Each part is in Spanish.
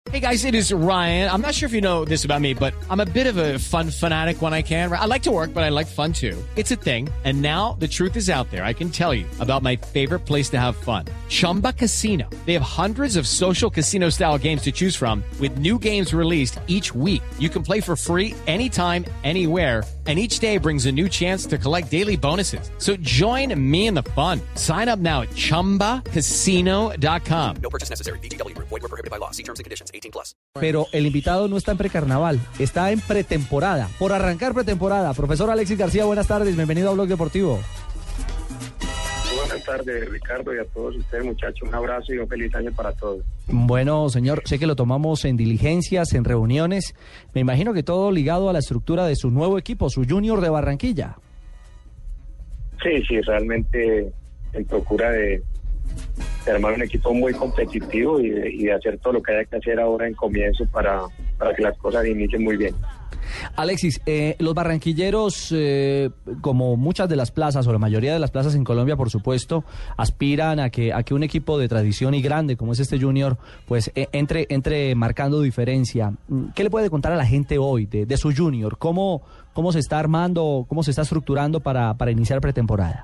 Hey guys, it is Ryan. I'm not sure if you know this about me, but I'm a bit of a fun fanatic when I can. I like to work, but I like fun too. It's a thing. And now the truth is out there. I can tell you about my favorite place to have fun. Chumba Casino. They have hundreds of social casino style games to choose from with new games released each week. You can play for free anytime, anywhere. And each day brings a new chance to collect daily bonuses. So join me in the fun. Sign up now at ChumbaCasino.com. No purchase necessary. VGW. Void where prohibited by law. See terms and conditions. 18+. Pero el invitado no está en precarnaval, está en pretemporada. Por arrancar pretemporada. Profesor Alexis García, buenas tardes. Bienvenido a Blog Deportivo. Buenas tardes, Ricardo, y a todos ustedes, muchachos. Un abrazo y un feliz año para todos. Bueno, señor, sé que lo tomamos en diligencias, en reuniones. Me imagino que todo ligado a la estructura de su nuevo equipo, su Junior de Barranquilla. Sí, realmente en procura de armar un equipo muy competitivo y de hacer todo lo que haya que hacer ahora en comienzo para que las cosas inicien muy bien. Alexis, los barranquilleros, como muchas de las plazas o la mayoría de las plazas en Colombia, por supuesto, aspiran a que un equipo de tradición y grande como es este Junior, pues entre marcando diferencia. ¿Qué le puede contar a la gente hoy de su Junior? ¿Cómo se está armando, cómo se está estructurando para iniciar pretemporada?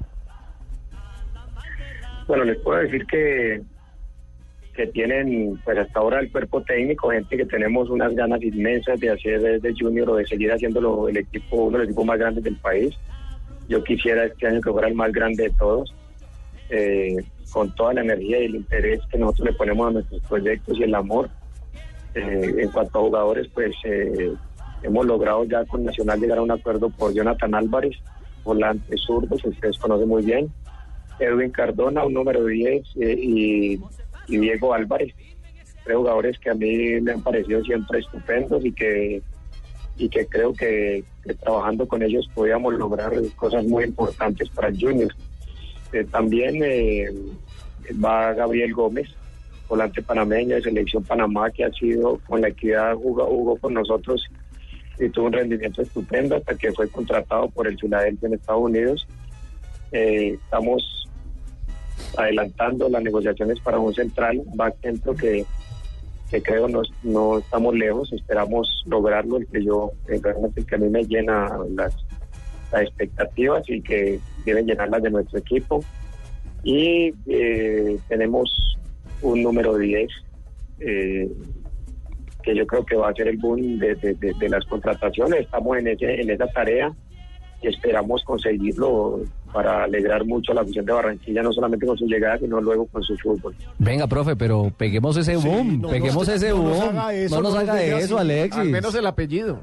Bueno, les puedo decir que tienen, pues hasta ahora el cuerpo técnico, gente que tenemos unas ganas inmensas de hacer desde Junior o de seguir haciéndolo el equipo, uno de los equipos más grandes del país. Yo quisiera este año que fuera el más grande de todos, con toda la energía y el interés que nosotros le ponemos a nuestros proyectos y el amor. En cuanto a jugadores, pues hemos logrado ya con Nacional llegar a un acuerdo por Jonathan Álvarez, volante zurdo, que ustedes conocen muy bien, Edwin Cardona, un número 10, y Diego Álvarez, tres jugadores que a mí me han parecido siempre estupendos y que creo que trabajando con ellos podíamos lograr cosas muy importantes para el Junior. También va Gabriel Gómez, volante panameño de Selección Panamá, que ha sido con la Equidad, jugó con nosotros y tuvo un rendimiento estupendo hasta que fue contratado por el Philadelphia en Estados Unidos. Estamos adelantando las negociaciones para un central, un back centro que creo no estamos lejos, esperamos lograrlo, el que a mí me llena las expectativas y que deben llenarlas de nuestro equipo. Y tenemos un número 10 que yo creo que va a ser el boom de las contrataciones. Estamos en esa tarea y esperamos conseguirlo para alegrar mucho a la afición de Barranquilla, no solamente con su llegada, sino luego con su fútbol. Venga, profe, pero peguemos ese boom, ese boom. No nos haga eso, Alexis. Al menos el apellido.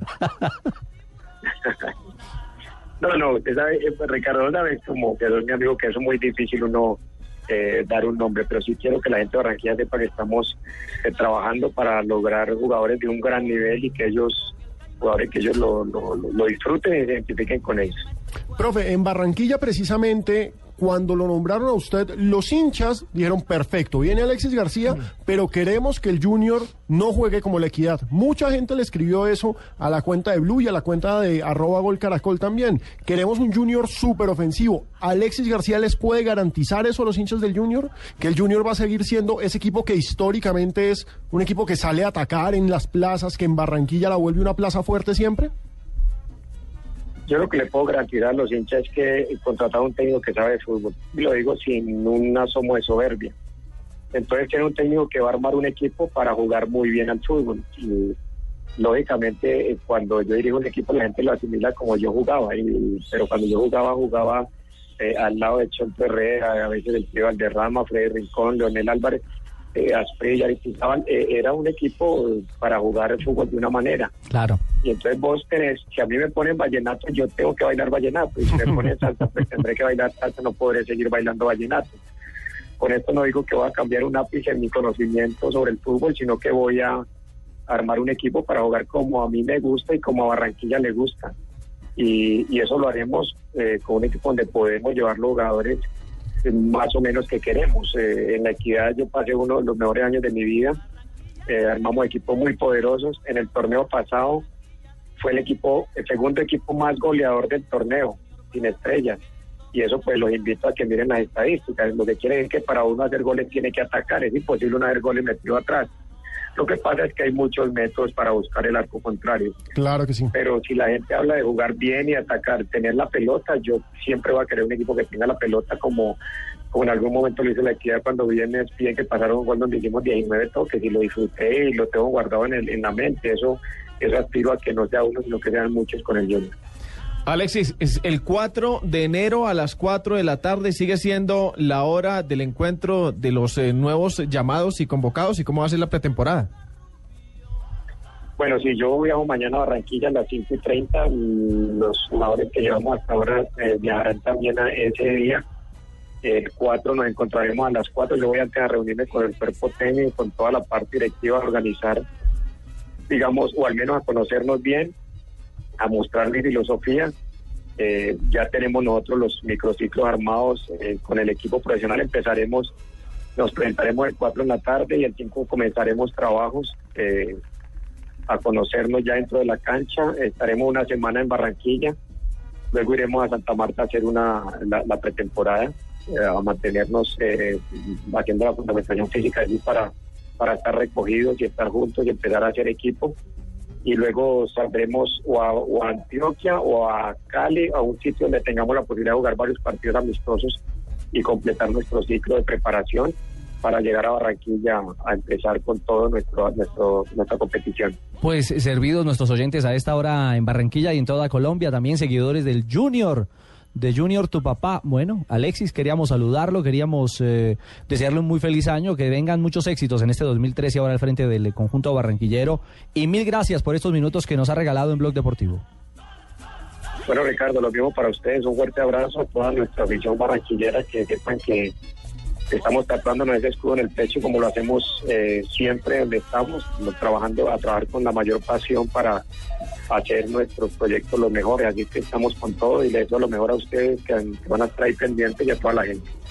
No, usted sabe, Ricardo, sabes como que es mi amigo, que eso es muy difícil uno dar un nombre, pero sí quiero que la gente de Barranquilla sepa que estamos trabajando para lograr jugadores de un gran nivel y que ellos lo disfruten y se identifiquen con ellos. Profe, en Barranquilla precisamente, cuando lo nombraron a usted, los hinchas dijeron, perfecto, viene Alexis García, pero queremos que el Junior no juegue como la Equidad. Mucha gente le escribió eso a la cuenta de Blue y a la cuenta de @golcaracol también. Queremos un Junior súper ofensivo. ¿Alexis García les puede garantizar eso a los hinchas del Junior? ¿Que el Junior va a seguir siendo ese equipo que históricamente es un equipo que sale a atacar en las plazas, que en Barranquilla la vuelve una plaza fuerte siempre? Yo lo que le puedo garantizar a los hinchas es que he contratado a un técnico que sabe de fútbol, y lo digo sin un asomo de soberbia. Entonces tiene un técnico que va a armar un equipo para jugar muy bien al fútbol. Y lógicamente cuando yo dirijo un equipo la gente lo asimila como yo jugaba, pero cuando yo jugaba al lado de Chonto Herrera, a veces del Tío Valderrama, Freddy Rincón, Leonel Álvarez, Asprilla, era un equipo para jugar el fútbol de una manera. Claro. Y entonces vos tenés, si a mí me ponen vallenato, yo tengo que bailar vallenato. Y si me ponen salsa, pues tendré que bailar salsa, no podré seguir bailando vallenato. Con esto no digo que voy a cambiar un ápice en mi conocimiento sobre el fútbol, sino que voy a armar un equipo para jugar como a mí me gusta y como a Barranquilla le gusta. Y eso lo haremos con un equipo donde podemos llevar los jugadores más o menos que queremos. En la Equidad yo pasé uno de los mejores años de mi vida, armamos equipos muy poderosos. En el torneo pasado fue el segundo equipo más goleador del torneo, sin estrellas, y eso pues los invito a que miren las estadísticas. Lo que quiere decir que para uno hacer goles tiene que atacar, es imposible uno hacer goles metido atrás. Lo que pasa es que hay muchos métodos para buscar el arco contrario. Claro que sí. Pero si la gente habla de jugar bien y atacar, tener la pelota, yo siempre voy a querer un equipo que tenga la pelota como en algún momento lo hice la Equidad cuando vi en ESPN que pasaron un gol donde hicimos 19 toques y lo disfruté y lo tengo guardado en la mente. Eso aspiro a que no sea uno, sino que sean muchos con el Junior. Alexis, es el 4 de enero a las 4 de la tarde, sigue siendo la hora del encuentro de los nuevos llamados y convocados, ¿y cómo va a ser la pretemporada? Bueno, sí, yo viajo mañana a Barranquilla a las 5:30, los jugadores que llevamos hasta ahora viajarán también a ese día. El 4 nos encontraremos a las 4, yo voy antes a reunirme con el cuerpo técnico, con toda la parte directiva, a organizar, digamos, o al menos a conocernos bien, a mostrar mi filosofía. Ya tenemos nosotros los microciclos armados con el equipo profesional. Nos presentaremos el 4 en la tarde y el 5 comenzaremos trabajos a conocernos ya dentro de la cancha. Estaremos una semana en Barranquilla, luego iremos a Santa Marta a hacer la pretemporada, a mantenernos haciendo la fundamentación física allí para estar recogidos y estar juntos y empezar a hacer equipo. Y luego saldremos o a Antioquia o a Cali, a un sitio donde tengamos la posibilidad de jugar varios partidos amistosos y completar nuestro ciclo de preparación para llegar a Barranquilla a empezar con todo nuestra competición. Pues servidos nuestros oyentes a esta hora en Barranquilla y en toda Colombia, también seguidores del Junior, de Junior tu papá. Bueno, Alexis, queríamos saludarlo, queríamos desearle un muy feliz año, que vengan muchos éxitos en este 2013 ahora al frente del conjunto barranquillero, y mil gracias por estos minutos que nos ha regalado en Blog Deportivo. Bueno, Ricardo, lo mismo para ustedes, un fuerte abrazo a toda nuestra afición barranquillera, que sepan que estamos tatuándonos ese escudo en el pecho como lo hacemos siempre donde estamos, a trabajar con la mayor pasión para hacer nuestros proyectos los mejores, así que estamos con todo y les deseo lo mejor a ustedes que van a estar ahí pendientes y a toda la gente.